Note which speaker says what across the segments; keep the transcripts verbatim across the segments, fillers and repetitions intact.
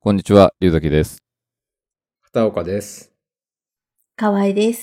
Speaker 1: こんにちは、龍崎です。
Speaker 2: 片岡です。
Speaker 3: 河合です。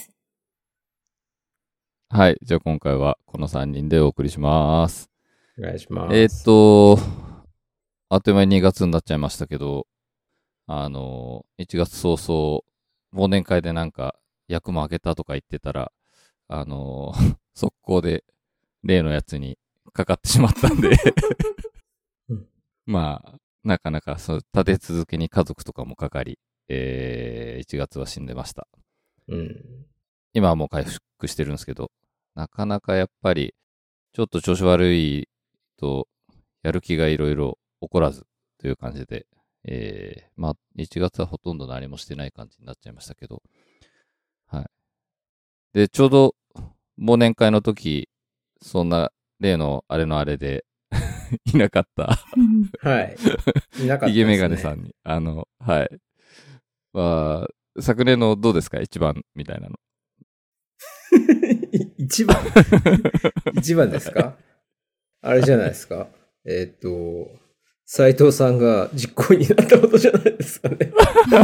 Speaker 1: はい、じゃあ今回はこのさんにんでお送りします。
Speaker 2: お願いします。
Speaker 1: えー、っと、あっという間ににがつになっちゃいましたけど、あの、いちがつ早々、忘年会でなんか役も開けたとか言ってたら、あの、速攻で例のやつにかかってしまったんで、
Speaker 2: うん、
Speaker 1: まあ、なかなかそう立て続けに家族とかもかかり、えー、いちがつは死んでました。
Speaker 2: うん、
Speaker 1: 今はもう回復してるんですけど、なかなかやっぱり、ちょっと調子悪いと、やる気がいろいろ起こらずという感じで、えー、まあ、いちがつはほとんど何もしてない感じになっちゃいましたけど、はい。で、ちょうど忘年会の時、そんな例のあれのあれでいなかった
Speaker 2: はい。いなかったですね。
Speaker 1: ヒゲメガネさんに、あの、はい。まあ、昨年のどうですか一番みたいなの。
Speaker 2: 一番一番ですかあれじゃないですか。えっと、斉藤さんが実行になったことじゃないですかね。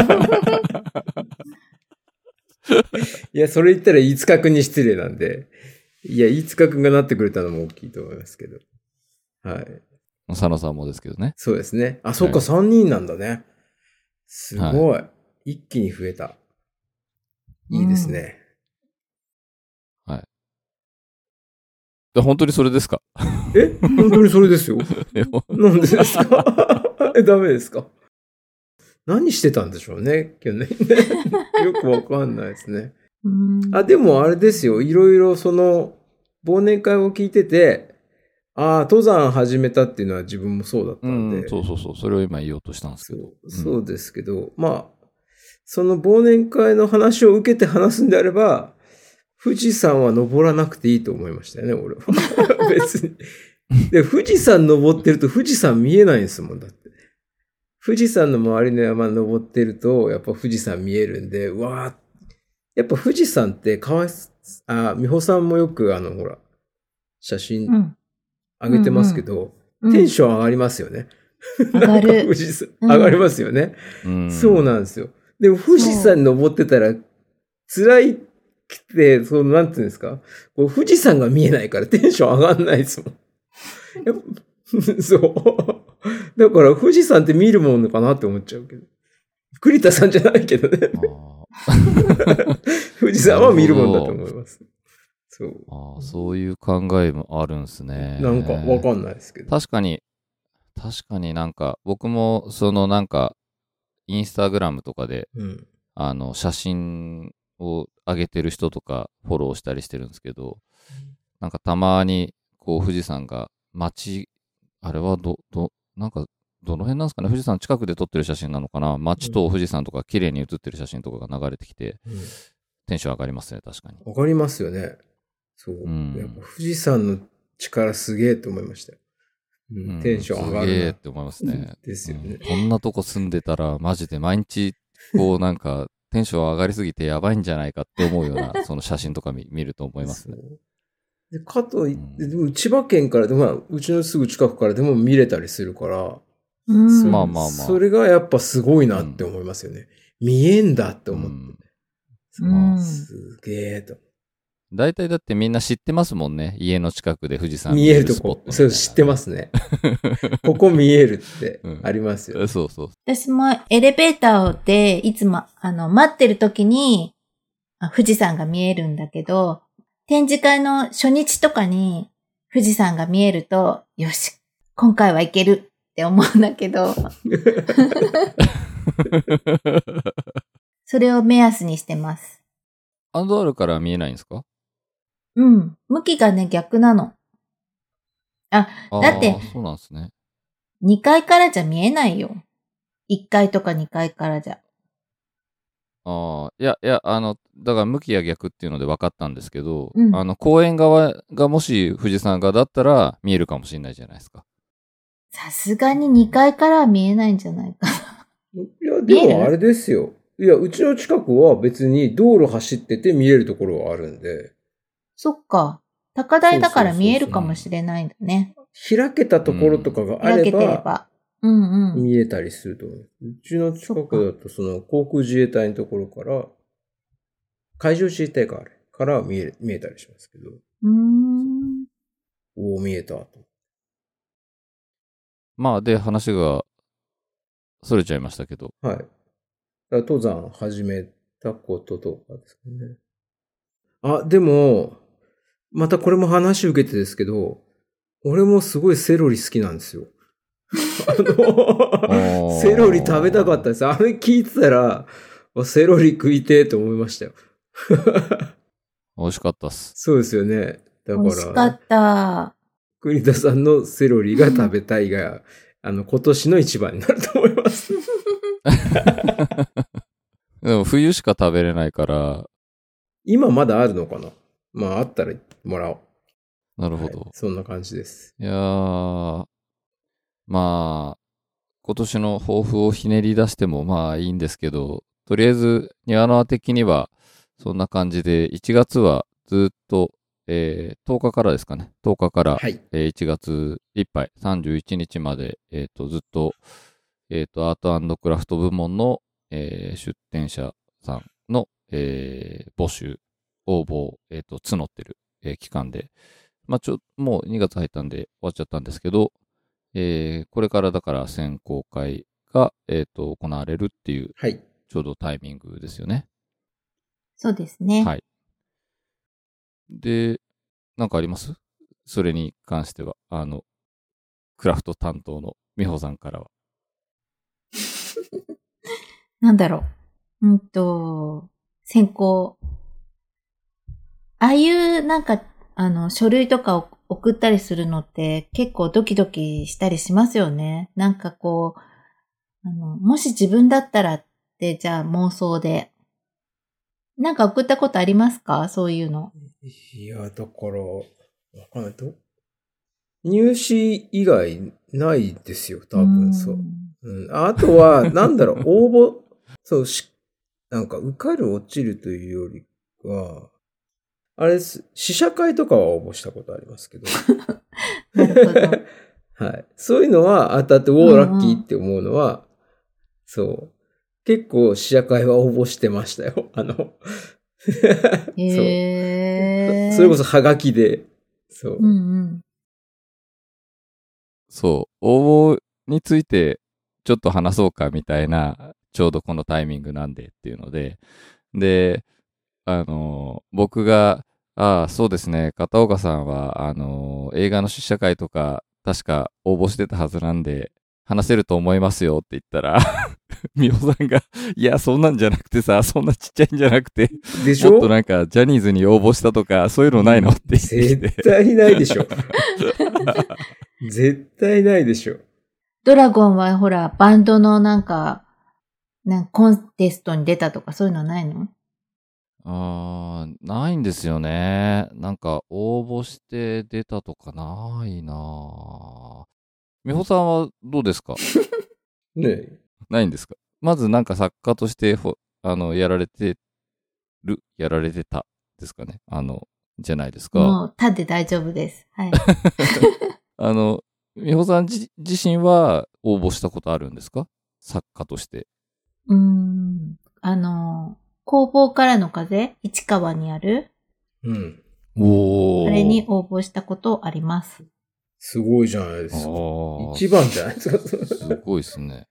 Speaker 2: いや、それ言ったら飯塚くんに失礼なんで、いや、飯塚くんがなってくれたのも大きいと思いますけど。はい。
Speaker 1: 佐野さんもですけどね。
Speaker 2: そうですね。あ、そっか、さんにんなんだね。すごい。
Speaker 1: はい、
Speaker 2: 一気に増えた。いいですね。
Speaker 1: はい。本当にそれですか？
Speaker 2: え本当にそれですよ。なんでですか？え、ダメですか？何してたんでしょうね、去年ね。よくわかんないですね。あ、でもあれですよ。いろいろその、忘年会を聞いてて、ああ、登山始めたっていうのは自分もそうだったんで。
Speaker 1: うん、そうそうそう。それを今言おうとしたんですけど。
Speaker 2: そう、そうですけど、うん、まあ、その忘年会の話を受けて話すんであれば、富士山は登らなくていいと思いましたよね、俺は。別に。で、富士山登ってると富士山見えないんですもん、だって。富士山の周りの山登ってると、やっぱ富士山見えるんで、うわー、やっぱ富士山ってかわい、あ、美穂さんもよくあの、ほら、写真上げてますけど、うんうん、テンション上がりますよね。
Speaker 3: 上がる。
Speaker 2: 富士山、上がりますよね、うん。そうなんですよ。でも富士山に登ってたら、辛いって、その、なんていうんですか、こう富士山が見えないからテンション上がんないですもん。そう。だから富士山って見るものかなって思っちゃうけど。栗田さんじゃないけどね。富士山は見るもんだと思います。
Speaker 1: そう。ああ、そういう考えもあるんですね。
Speaker 2: なんかわかんないですけど。
Speaker 1: 確かに、確かになんか、僕もそのなんか、インスタグラムとかで、うん、あの、写真を上げてる人とかフォローしたりしてるんですけど、なんかたまに、こう、富士山が街、あれはど、ど、なんか、どの辺なんですかね、富士山近くで撮ってる写真なのかな、街と富士山とか綺麗に写ってる写真とかが流れてきて、うん、テンション上がりますね、確かに。
Speaker 2: 上がりますよね。そう。うん、やっぱ富士山の力すげえって思いましたよ。うん、テンション上がるな。
Speaker 1: すげえって思いますね。
Speaker 2: ですよね、
Speaker 1: うん。こんなとこ住んでたら、マジで毎日、こうなんか、テンション上がりすぎてやばいんじゃないかって思うような、その写真とか 見, 見ると思いますね。
Speaker 2: でかといって、でも千葉県からでも、まあ、うちのすぐ近くからでも見れたりするから、
Speaker 3: うん、
Speaker 2: そ
Speaker 1: まあまあまあ。
Speaker 2: それがやっぱすごいなって思いますよね。うん、見えんだって思って。
Speaker 3: うん、
Speaker 2: すげえと。
Speaker 1: 大体だってみんな知ってますもんね。家の近くで富士山
Speaker 2: 見えるとこ。そう、知ってますね。ここ見えるってありますよ、ね
Speaker 1: うん。そうそう。
Speaker 3: 私もエレベーターでいつも、あの、待ってる時に富士山が見えるんだけど、展示会の初日とかに富士山が見えると、よし、今回は行けるって思うんだけど。それを目安にしてます。
Speaker 1: アンドアールから見えないんですか？
Speaker 3: うん。向きがね、逆なの。あ、だって、
Speaker 1: そうなんですね。
Speaker 3: にかいからじゃ見えないよ。いっかいとかにかいからじゃ。
Speaker 1: ああ、いや、いや、あの、だから向きが逆っていうので分かったんですけど、うん、あの、公園側がもし富士山側だったら見えるかもしれないじゃないですか。
Speaker 3: さすがににかいからは見えないんじゃないかな。
Speaker 2: いや、でもあれですよ。いや、うちの近くは別に道路走ってて見えるところはあるんで。
Speaker 3: そっか。高台だから見えるかもしれないんだね。
Speaker 2: 開けたところとかがあれば、
Speaker 3: うん、開けてれば。 うんうん。
Speaker 2: 見えたりすると思う。うちの近くだと、その航空自衛隊のところから、海上自衛隊かあれ、から見え、見えたりしますけど。
Speaker 3: うーん。
Speaker 2: おお、見えたと。
Speaker 1: まあ、で、話が、それちゃいましたけど。
Speaker 2: はい。だから登山始めたこととかですかね。あ、でも、またこれも話受けてですけど、俺もすごいセロリ好きなんですよ。あの、セロリ食べたかったです。あれ聞いてたら、セロリ食いてーと思いましたよ。
Speaker 1: 美味しかったっす。
Speaker 2: そうですよね。だから、
Speaker 3: 美味しかった。
Speaker 2: 栗田さんのセロリが食べたいが、あの、今年の一番になると思います。
Speaker 1: でも冬しか食べれないから。
Speaker 2: 今まだあるのかな？まあ、あったらもらおう。
Speaker 1: なるほど。
Speaker 2: はい、そんな感じです。
Speaker 1: いやー、まあ、今年の抱負をひねり出してもまあいいんですけど、とりあえず、庭の輪的にはそんな感じで、いちがつはずっと、えー、とおかからですかね。とおかから、
Speaker 2: はい、
Speaker 1: えー、いちがついっぱい、さんじゅういちにちまで、えっ、ー、と、ずっと、えっ、ー、と、アート&クラフト部門の、えー、出展者さんの、えー、募集、応募を、えっ、ー、と、募ってる、えー、期間で、まあ、ちょ、もうにがつ入ったんで終わっちゃったんですけど、えー、これからだから選考会が、えっ、ー、と、行われるっていう、
Speaker 2: はい。
Speaker 1: ちょうどタイミングですよね。
Speaker 3: そうですね。
Speaker 1: はい。で、なんかあります？それに関しては、あの、クラフト担当の美穂さんからは。
Speaker 3: なんだろう。うんと、選考。ああいうなんか、あの、書類とかを送ったりするのって結構ドキドキしたりしますよね。なんかこう、あの、もし自分だったらって、じゃあ妄想で。なんか送ったことありますか？そういうの。
Speaker 2: いや、だから、わかんないと。入試以外ないですよ、多分そう。うん、あとは、なんだろう、応募、そうし、なんか受かる落ちるというよりは、あれです、試写会とかは応募したことありますけど。
Speaker 3: なるほど。
Speaker 2: はい。そういうのは当たって、おー、ラッキーって思うのは、うんうん、そう。結構試写会は応募してましたよ。あの、
Speaker 3: へ
Speaker 2: そう。それこそハガキで、そう。
Speaker 3: うんうん、
Speaker 1: そう。応募についてちょっと話そうかみたいな、ちょうどこのタイミングなんでっていうので、で、あの、僕が、ああ、そうですね、片岡さんは、あの、映画の試写会とか、確か応募してたはずなんで、話せると思いますよって言ったら、みおさんが、いや、そんなんじゃなくてさ、そんなちっちゃいんじゃなくて、
Speaker 2: でしょ？
Speaker 1: もっとなんか、ジャニーズに応募したとか、そういうのないのって言ってきて。
Speaker 2: 絶対ないでしょ。絶対ないでしょ。
Speaker 3: ドラゴンはほら、バンドのなんか、なんかコンテストに出たとかそういうのないの？
Speaker 1: あー、ないんですよね。なんか、応募して出たとかないなぁ。美穂さんはどうですか？
Speaker 2: ねえ。
Speaker 1: ないんですか？まずなんか作家としてあの、やられてる、やられてたですかね。あの、じゃないですか。
Speaker 3: もう、たで大丈夫です。はい。
Speaker 1: あの、美穂さん自身は応募したことあるんですか？作家として。
Speaker 3: うーん。あの、工房からの風、市川にある。
Speaker 2: うん。
Speaker 1: おー。
Speaker 3: あれに応募したことあります。
Speaker 2: すごいじゃないですか。一番じゃないですか。
Speaker 1: すごいですね。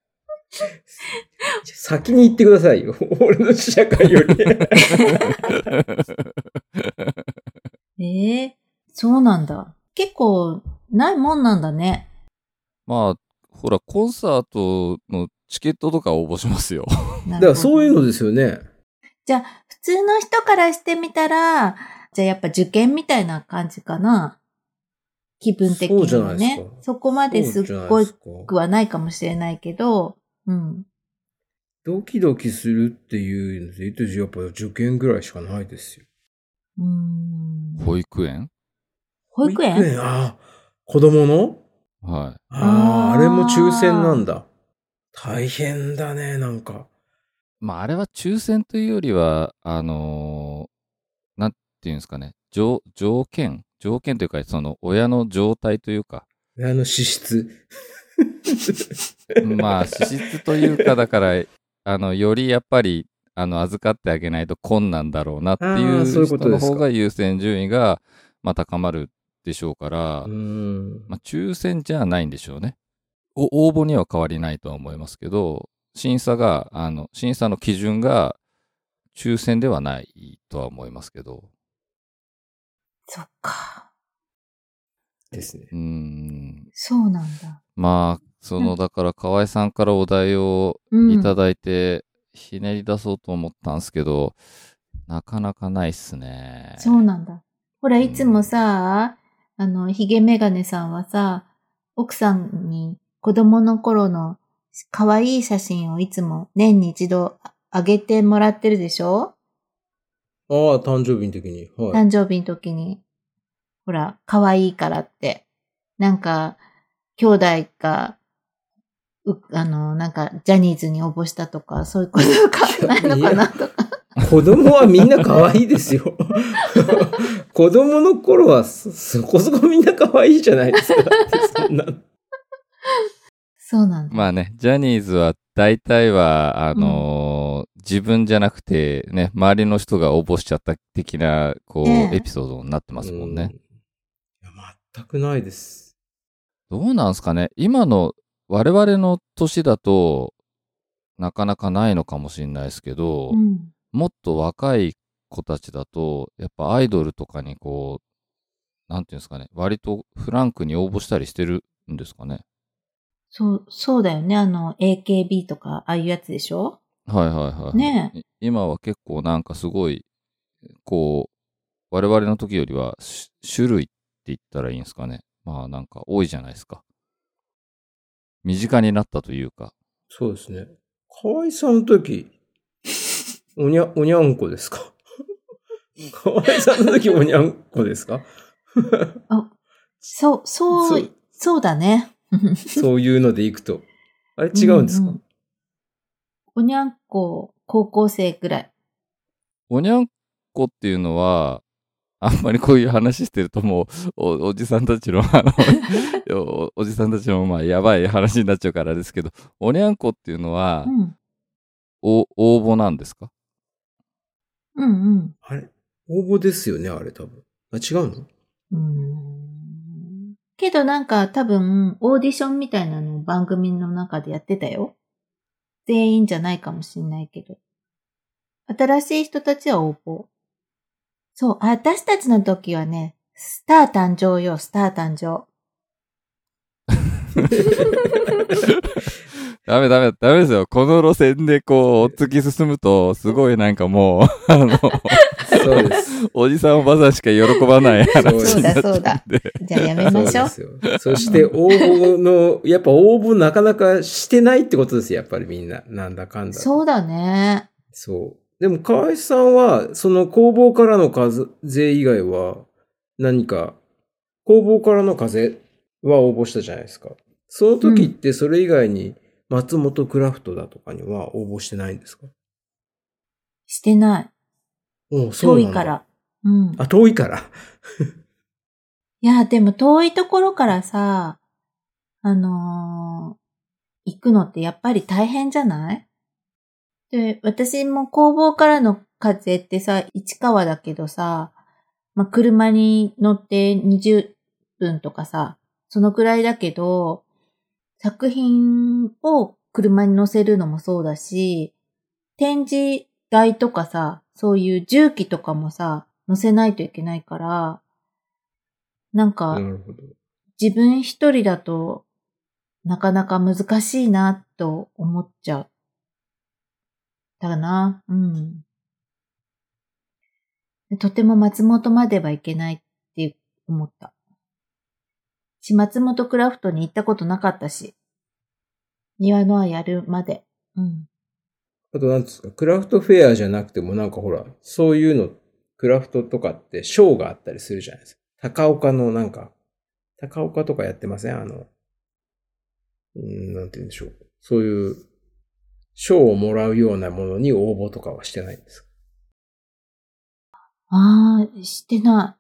Speaker 2: 先に言ってくださいよ。俺の試写会より。
Speaker 3: ええー、そうなんだ。結構、ないもんなんだね。
Speaker 1: まあ、ほら、コンサートのチケットとか応募しますよ。
Speaker 2: だからそういうのですよね。
Speaker 3: じゃあ、普通の人からしてみたら、じゃあやっぱ受験みたいな感じかな。気分的にはね。そうじゃないですか。そこまですっごいくはないかもしれないけど、うん。
Speaker 2: ドキドキするっていうので言うと、やっぱ受験ぐらいしかないですよ。
Speaker 3: うーん。
Speaker 1: 保育園？
Speaker 3: 保育園？
Speaker 2: 保育園、ああ、子供の？
Speaker 1: はい。
Speaker 2: ああ、あれも抽選なんだ。大変だね、なんか。
Speaker 1: まあ、あれは抽選というよりは、あのー、なんていうんですかね、条、条件条件というか、その、親の状態というか。
Speaker 2: 親の資質。
Speaker 1: まあ、資質というか、だから、あの、よりやっぱり、あの、預かってあげないと困難だろうなっていう人の方が優先順位が、まあ、高まるでしょうから、
Speaker 2: うん
Speaker 1: まあ、抽選じゃないんでしょうね。応募には変わりないとは思いますけど、審査が、あの、審査の基準が抽選ではないとは思いますけど。
Speaker 3: そっか。
Speaker 2: ですね。
Speaker 1: うん。
Speaker 3: そうなんだ。
Speaker 1: まあ、その、だから河合さんからお題をいただいて、ひねり出そうと思ったんですけど、なかなかないっすね。
Speaker 3: そうなんだ。ほら、いつもさ、うん、あの、ヒゲメガネさんはさ、奥さんに子供の頃の可愛い写真をいつも年に一度あげてもらってるでしょ？
Speaker 2: ああ、誕生日の時に。
Speaker 3: はい、誕生日の時に。ほら、可愛いからって。なんか、兄弟が、う、あの、なんか、ジャニーズに応募したとか、そういうことかないのかなとか。
Speaker 2: 子供はみんな可愛いですよ。子供の頃はそ、そこそこみんな可愛いじゃないですか。そんな。
Speaker 3: そうなんだ。
Speaker 1: まあね、ジャニーズは大体は、あのーうん、自分じゃなくて、ね、周りの人が応募しちゃった的な、こう、ね、エピソードになってますもんね。
Speaker 2: うん、いや全くないです。
Speaker 1: どうなんすかね。今の我々の年だとなかなかないのかもしれないですけど、うん、もっと若い子たちだとやっぱアイドルとかにこうなんていうんですかね、割とフランクに応募したりしてるんですかね。
Speaker 3: そうそうだよね。あの エーケービー とかああいうやつでしょ。
Speaker 1: はいはいはい。
Speaker 3: ねえ。
Speaker 1: 今は結構なんかすごいこう我々の時よりは種類って言ったらいいんですかね。まあなんか多いじゃないですか。身近になったというか。
Speaker 2: そうですね。河合さんの時、おにゃ、おにゃんこですか？河合さんの時おにゃんこですか？
Speaker 3: あ、そう、そう、そう、そうだね。
Speaker 2: そういうのでいくと。あれ違うんですか？うんうん、
Speaker 3: おにゃんこ、高校生ぐらい。
Speaker 1: おにゃんこっていうのは、あんまりこういう話してるともう、お、おじさんたちの、あのお、おじさんたちの、まあ、やばい話になっちゃうからですけど、おにゃんこっていうのは、うん、お、応募なんですか？
Speaker 3: うんうん。
Speaker 2: あれ応募ですよね、あれ多分。あ、違うの？
Speaker 3: うーん。けどなんか多分、オーディションみたいなのを番組の中でやってたよ。全員じゃないかもしんないけど。新しい人たちは応募。そう、私たちの時はね、スター誕生よ、スター誕生。
Speaker 1: ダメダメ、ダメですよ。この路線でこう、突き進むと、すごいなんかもう、あの、
Speaker 2: そうです。
Speaker 1: おじさんおばさんしか喜ばない話になっちゃうんで。
Speaker 3: そうだそうだ。じゃあやめましょう。
Speaker 2: そうですよ。そして応募の、やっぱ応募なかなかしてないってことですよ、やっぱりみんな。なんだかんだ。
Speaker 3: そうだね。
Speaker 2: そう。でも、河合さんは、その工房からの風以外は、何か、工房からの風は応募したじゃないですか。その時ってそれ以外に、松本クラフトだとかには応募してないんですか？
Speaker 3: してない。
Speaker 2: おう、そうなんだ。
Speaker 3: 遠いから。うん。
Speaker 2: あ、遠いから。
Speaker 3: いや、でも遠いところからさ、あのー、行くのってやっぱり大変じゃない？で、私も工房からの風ってさ、市川だけどさ、まあ、車に乗ってにじゅっぷんとかさ、そのくらいだけど、作品を車に乗せるのもそうだし、展示台とかさ、そういう重機とかもさ、乗せないといけないから、なんか、自分一人だとなかなか難しいなと思っちゃう。だな。うん。とても松本まではいけないって思った。し、松本クラフトに行ったことなかったし。庭のはやるまで。うん。
Speaker 2: あと何ですか、クラフトフェアじゃなくてもなんかほら、そういうの、クラフトとかってショーがあったりするじゃないですか。高岡のなんか、高岡とかやってません？あの、うん、なんて言うんでしょう。そういう賞をもらうようなものに応募とかはしてないんですか？
Speaker 3: ああ、してない。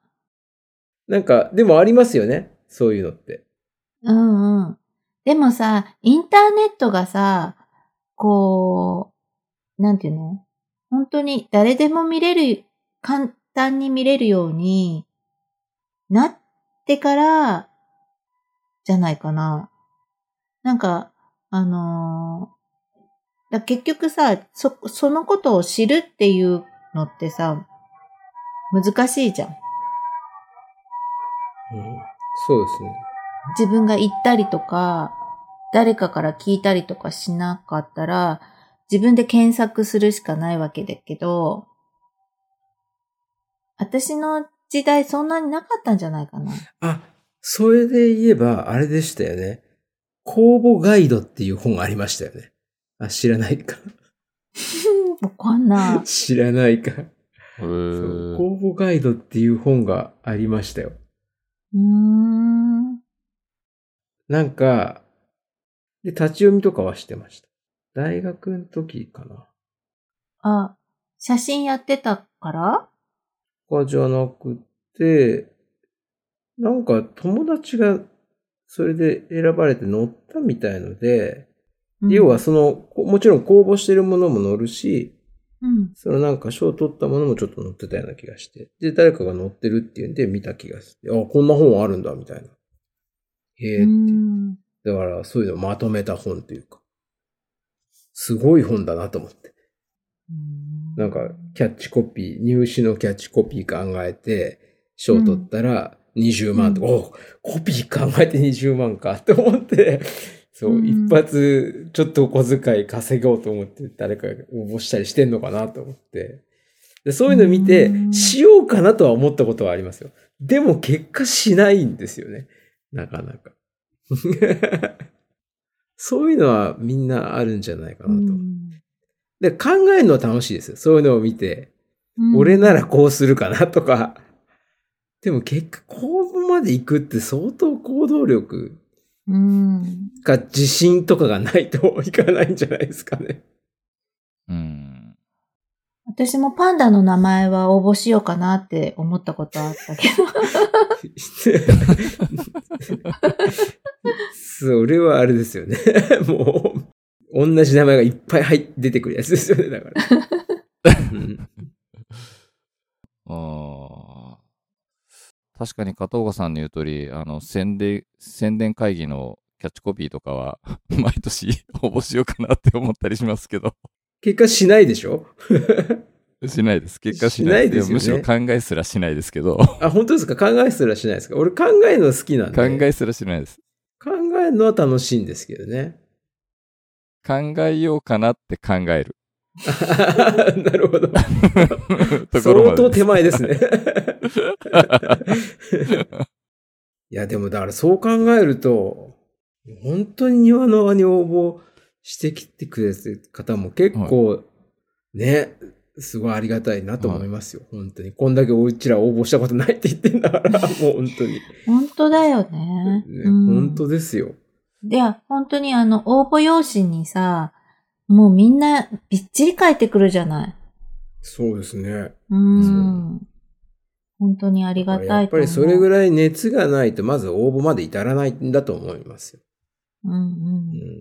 Speaker 2: なんか、でもありますよね。そういうのって。
Speaker 3: うんうん。 でもさ、インターネットがさ、こう、なんていうの？本当に誰でも見れる、簡単に見れるようになってから、じゃないかな。なんか、あのー、だ結局さ、そ、そのことを知るっていうのってさ、難しいじゃん。うん、
Speaker 2: そうですね。
Speaker 3: 自分が言ったりとか、誰かから聞いたりとかしなかったら、自分で検索するしかないわけだけど、私の時代そんなになかったんじゃないかな。
Speaker 2: あ、それで言えば、あれでしたよね。公募ガイドっていう本がありましたよね。あ、知らないか。
Speaker 3: わかんない。
Speaker 2: 知らないか。
Speaker 1: へー。
Speaker 2: 公募ガイドっていう本がありましたよ。
Speaker 3: うーん。
Speaker 2: なんか、で、立ち読みとかはしてました。大学の時かな。
Speaker 3: あ、写真やってたから
Speaker 2: かじゃなくて、なんか友達がそれで選ばれて乗ったみたいので、うん、要はその、もちろん公募してるものも載るし、うん、そのなんか賞を取ったものもちょっと載ってたような気がして、で、誰かが載ってるっていうんで見た気がして、あ、こんな本あるんだ、みたいな。へえって。だからそういうのをまとめた本というか、すごい本だなと思って。なんか、キャッチコピー、入試のキャッチコピー考えて、賞取ったらにじゅうまんとか、うん、おコピー考えてにじゅうまんかって思って、そう、うん、一発、ちょっとお小遣い稼ごうと思って誰か応募したりしてんのかなと思って。でそういうの見て、しようかなとは思ったことはありますよ。でも結果しないんですよね。なかなか。そういうのはみんなあるんじゃないかなと。うんで考えるのは楽しいですよ。そういうのを見て、うん、俺ならこうするかなとか。でも結果、公募まで行くって相当行動力か自信とかがないといかないんじゃないですかね。
Speaker 1: うん。
Speaker 3: 私もパンダの名前は応募しようかなって思ったことあったけど。
Speaker 2: それはあれですよね。もう。同じ名前がいっぱい入って出てくるやつですよね、だから。うん、
Speaker 1: あ確かに片岡さんの言う通り、あの、宣伝、宣伝会議のキャッチコピーとかは、毎年応募しようかなって思ったりしますけど。
Speaker 2: 結果しないでしょ
Speaker 1: しないです。結果しないです。しないですよね。むしろ考えすらしないですけど。
Speaker 2: あ、本当ですか？考えすらしないですか？俺考えるの好きなんで。
Speaker 1: 考えすらしないです。
Speaker 2: 考えるのは楽しいんですけどね。
Speaker 1: 考えようかなって考える。
Speaker 2: なるほど。相当手前ですね。いや、でもだからそう考えると、本当に庭の輪に応募してきてくれる方も結構、はい、ね、すごいありがたいなと思いますよ。はい、本当に。こんだけおうちら応募したことないって言ってんだから、もう本当に。
Speaker 3: 本当だよね。
Speaker 2: ね、うん、本当ですよ。
Speaker 3: で、本当にあの、応募用紙にさ、もうみんなびっちり書いてくるじゃない。
Speaker 2: そうですね。
Speaker 3: うん。本当にありがたいと思う。
Speaker 2: やっぱりそれぐらい熱がないと、まず応募まで至らないんだと思いますよ。
Speaker 3: うんうん。うん、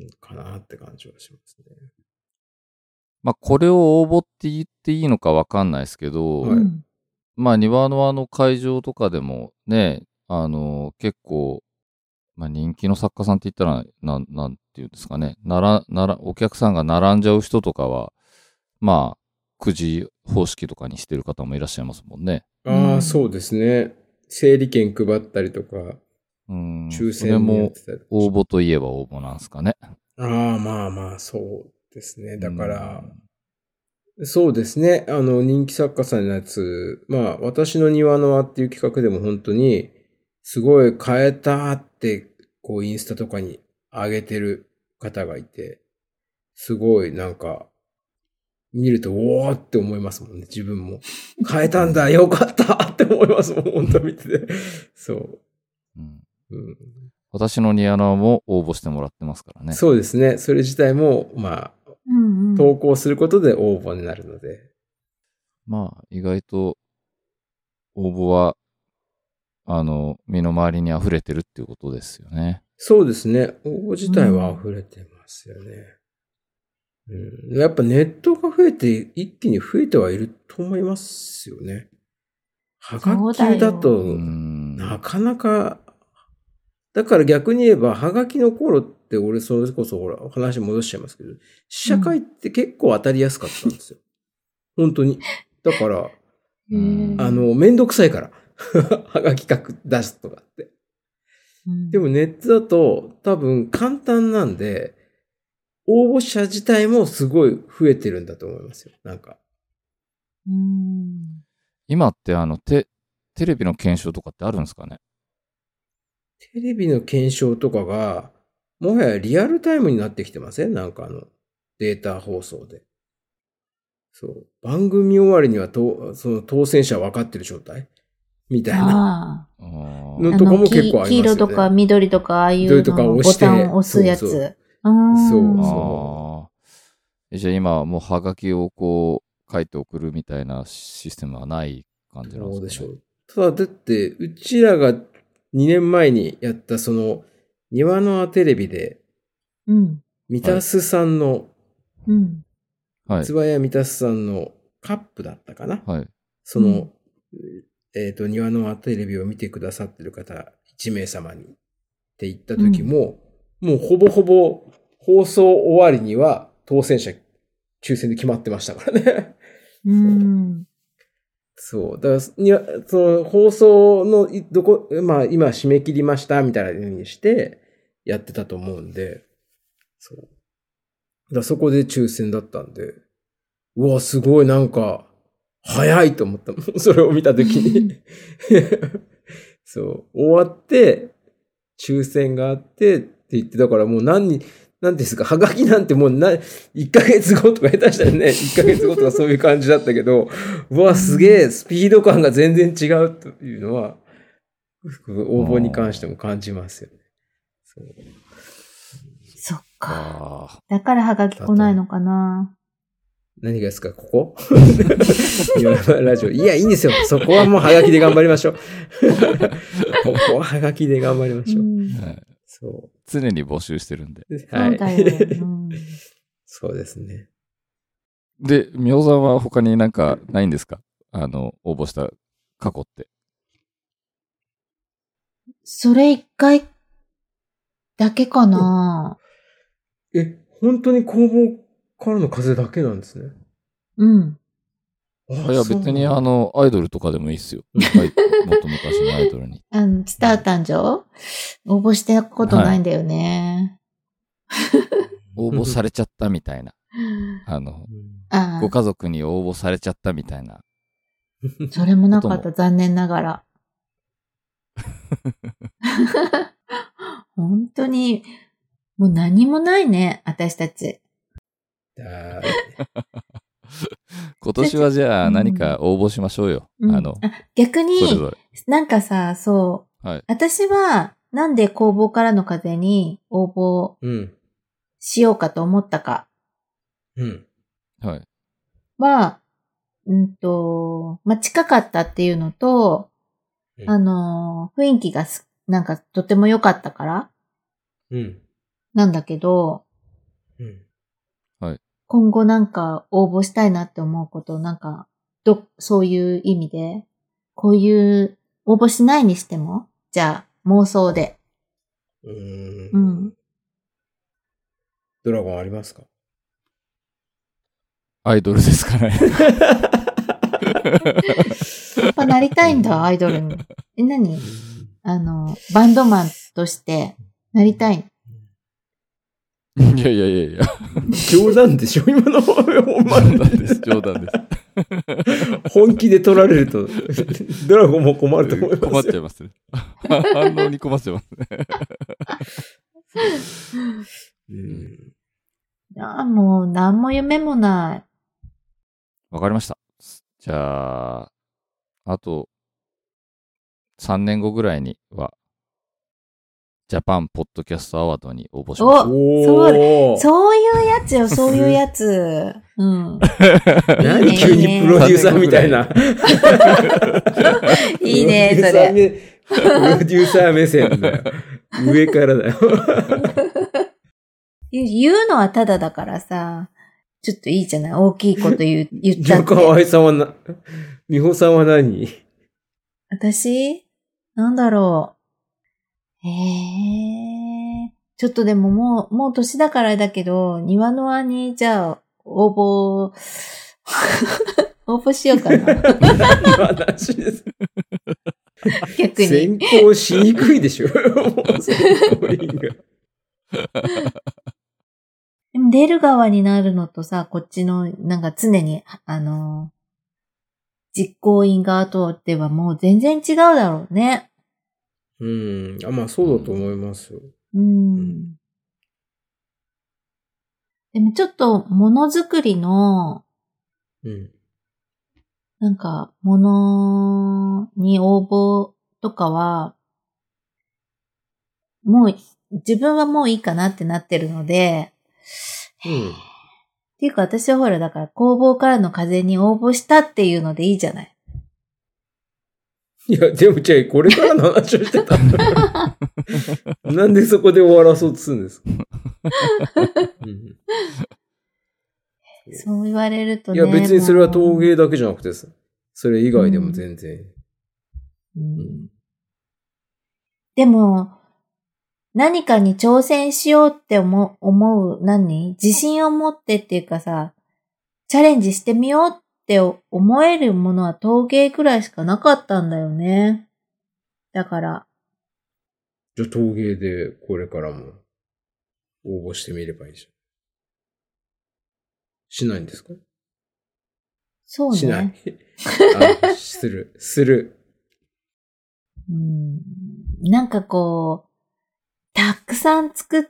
Speaker 2: かなって感じはしますね。
Speaker 1: まあ、これを応募って言っていいのかわかんないですけど、はい、まあ、庭のあの会場とかでもね、あの、結構、まあ、人気の作家さんって言ったら、なん、なんていうんですかね。なら、なら、お客さんが並んじゃう人とかは、まあ、くじ方式とかにしてる方もいらっしゃいますもんね。
Speaker 2: ああ、うん、そうですね。整理券配ったりとか、
Speaker 1: うん、
Speaker 2: 抽選もやってたりとか。
Speaker 1: 応募といえば応募なんですかね。
Speaker 2: ああ、まあまあ、そうですね。だから、うん、そうですね。あの、人気作家さんのやつ、まあ、私の庭の輪っていう企画でも本当に、すごい変えたって、こう、インスタとかに上げてる方がいて、すごいなんか、見ると、おーって思いますもんね、自分も。変えたんだ、よかったって思いますもん、本当見てて。そう。
Speaker 1: うんうん、私のニアナも応募してもらってますからね。
Speaker 2: そうですね。それ自体も、まあ、うんうん、投稿することで応募になるので。
Speaker 1: まあ、意外と、応募は、あの、身の回りに溢れてるっていうことですよね。
Speaker 2: そうですね。応募自体は溢れてますよね。うん、やっぱネットが増えて、一気に増えてはいると思いますよね。はがきだと、なかなか、だから逆に言えば、はがきの頃って俺それこそほら、話戻しちゃいますけど、試写会って結構当たりやすかったんですよ。うん、本当に。だから、あの、めんどくさいから。はがき書く出すとかって。でもネットだと多分簡単なんで、応募者自体もすごい増えてるんだと思いますよ。なんか。
Speaker 3: うーん
Speaker 1: 今ってあのテ、テレビの検証とかってあるんですかね？
Speaker 2: テレビの検証とかが、もはやリアルタイムになってきてません？なんかあの、データ放送で。そう。番組終わりにはと、その当選者分かってる状態みたいなのとかも結構ありますよね。
Speaker 3: 黄色とか緑とかああいうのボタンを押すやつ。そうそう。
Speaker 2: そうそう。
Speaker 1: じゃあ今もうハガキをこう書いて送るみたいなシステムはない感じなんですかね。
Speaker 2: そうでしょう。ただだってうちらがにねんまえにやったその庭の輪テレビで、
Speaker 3: うん、
Speaker 2: ミタスさんの、
Speaker 3: うん、
Speaker 2: はい。つばやミタスさんのカップだったかな。
Speaker 1: はい。
Speaker 2: その、うん、えっと、庭の輪テレビを見てくださってる方いちめいさまにって言った時も、うん、もうほぼほぼ放送終わりには当選者抽選で決まってましたからね。
Speaker 3: うん。
Speaker 2: そう。だから、その放送のどこ、まあ今締め切りましたみたいな風にしてやってたと思うんで、そう。だからそこで抽選だったんで、うわ、すごいなんか、早いと思ったもん。それを見たときに。そう。終わって、抽選があってって言って、だからもう何に、なんですか、はがきなんてもうな、いっかげつごとか下手したらね、いっかげつごとかそういう感じだったけど、うわ、すげえ、スピード感が全然違うというのは、応募に関しても感じますよね。そう。
Speaker 3: そっか。だからはがき来ないのかな。
Speaker 2: 何がですか、ここラジオ。いや、いいんですよ。そこはもうはがきで頑張りましょう。ここははがきで頑張りましょう。うんはい、そう
Speaker 1: 常に募集してるんで。
Speaker 2: はい。
Speaker 3: そうだよ、うん、
Speaker 2: そうですね。
Speaker 1: で、みょうさんは他になんかないんですか？あの、応募した過去って。
Speaker 3: それ一回だけかな。
Speaker 2: え、本当に公募からの風だけなんですね。
Speaker 3: うん。
Speaker 1: あいや、別にあの、アイドルとかでもいいっすよ。もっと昔のアイドルに。
Speaker 3: あの、スター誕生応募したことないんだよね。
Speaker 1: はい、応募されちゃったみたいな。あのあ、ご家族に応募されちゃったみたいな。
Speaker 3: それもなかった、残念ながら。本当に、もう何もないね、私たち。
Speaker 1: 今年はじゃあ何か応募しましょうよ。
Speaker 3: うん、
Speaker 1: あの
Speaker 3: あ逆に、それぞれなんかさ、そう、はい、私はなんで公募からの風に応募しようかと思ったか。
Speaker 2: うん。
Speaker 1: はい。
Speaker 3: は、うんと、まあ、近かったっていうのと、うん、あの、雰囲気がなんかとても良かったから。
Speaker 2: うん。
Speaker 3: なんだけど、
Speaker 2: うん。
Speaker 1: はい。
Speaker 3: 今後なんか応募したいなって思うこと、なんか、ど、そういう意味で、こういう応募しないにしても、じゃあ妄想で。
Speaker 2: うーん。
Speaker 3: うん。
Speaker 2: ドラゴンありますか？
Speaker 1: アイドルですかね。
Speaker 3: やっぱなりたいんだ、アイドルに。え、何？あの、バンドマンとしてなりたい。
Speaker 1: いやいやいやいや。
Speaker 2: 冗談でしょ今の。
Speaker 1: 冗談です、冗談です。
Speaker 2: 本気で取られると、ドラゴンも困ると思います。
Speaker 1: 困っちゃいますね。反応に困っちゃいますね。
Speaker 2: うん、
Speaker 3: あもう何も夢もない。
Speaker 1: わかりました。じゃあ、あとさんねんごぐらいには、ジャパンポッドキャストアワードに応募します。
Speaker 3: おそう、そういうやつよ、そういうやつ。うん。
Speaker 2: 何急にプロデューサーみたいな。
Speaker 3: いいね、それ。
Speaker 2: プロデューサー目線だよ。 上からだよ。
Speaker 3: 言うのはただだからさ、ちょっといいじゃない。大きいこと言う、言ったって。
Speaker 2: じゃあ、河合さんはな、美穂さんは何？
Speaker 3: 私なんだろう。へえ。ちょっとでももう、もう年だからだけど、庭の輪に、じゃあ、応募、応募しようかな。
Speaker 2: 何の話です
Speaker 3: 逆に。
Speaker 2: 先行しにくいでしょ。もう選考員が。
Speaker 3: でも出る側になるのとさ、こっちの、なんか常に、あの、実行委員側とではもう全然違うだろうね。
Speaker 2: うん。あ、まあそうだと思いますよ。
Speaker 3: うん。でもちょっとものづくりの、
Speaker 2: うん。
Speaker 3: なんか、ものに応募とかは、もう、自分はもういいかなってなってるので、
Speaker 2: うん。
Speaker 3: っていうか私はほら、だから工房からの風に応募したっていうのでいいじゃない。
Speaker 2: いや、でもじゃあこれからの話をしてたんだ。なんでそこで終わらそうとするんですか、うん、
Speaker 3: そう言われるとね。
Speaker 2: いや、別にそれは陶芸だけじゃなくてさ、それ以外でも全然。
Speaker 3: うんうん、でも、何かに挑戦しようって思う、思う何自信を持ってっていうかさ、チャレンジしてみようって思えるものは陶芸くらいしかなかったんだよね。だから。
Speaker 2: じゃあ陶芸でこれからも応募してみればいいじゃん。しないんですか？
Speaker 3: そうね。
Speaker 2: しない。あ、する。する。
Speaker 3: うん。なんかこう、たくさん作って、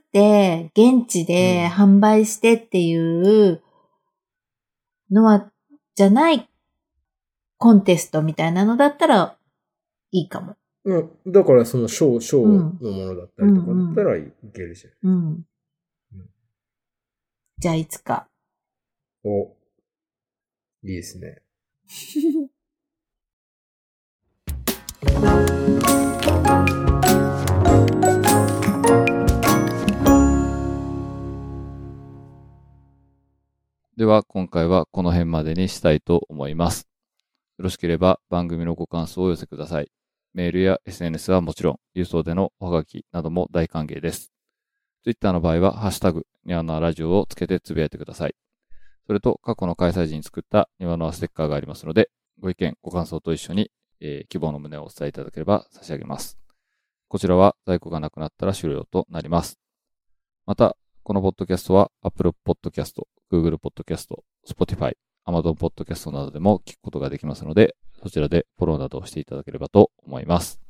Speaker 3: 現地で販売してっていうのは、じゃないコンテストみたいなのだったらいいかも。
Speaker 2: うん。だからそのショー、ショーのものだったりとかだったらいけるじゃん。うん。うん
Speaker 3: うん、じゃあいつか。
Speaker 2: お、いいですね。
Speaker 1: では今回はこの辺までにしたいと思います。よろしければ番組のご感想をお寄せください。メールや エスエヌエス はもちろん、郵送でのおはがきなども大歓迎です。Twitter の場合は、ハッシュタグ、ニワノアラジオをつけてつぶやいてください。それと、過去の開催時に作ったニワノアステッカーがありますので、ご意見、ご感想と一緒に、えー、希望の旨をお伝えいただければ差し上げます。こちらは在庫がなくなったら終了となります。また、このポッドキャストは Apple Podcast、Google Podcast、Spotify、Amazon Podcast などでも聞くことができますので、そちらでフォローなどをしていただければと思います。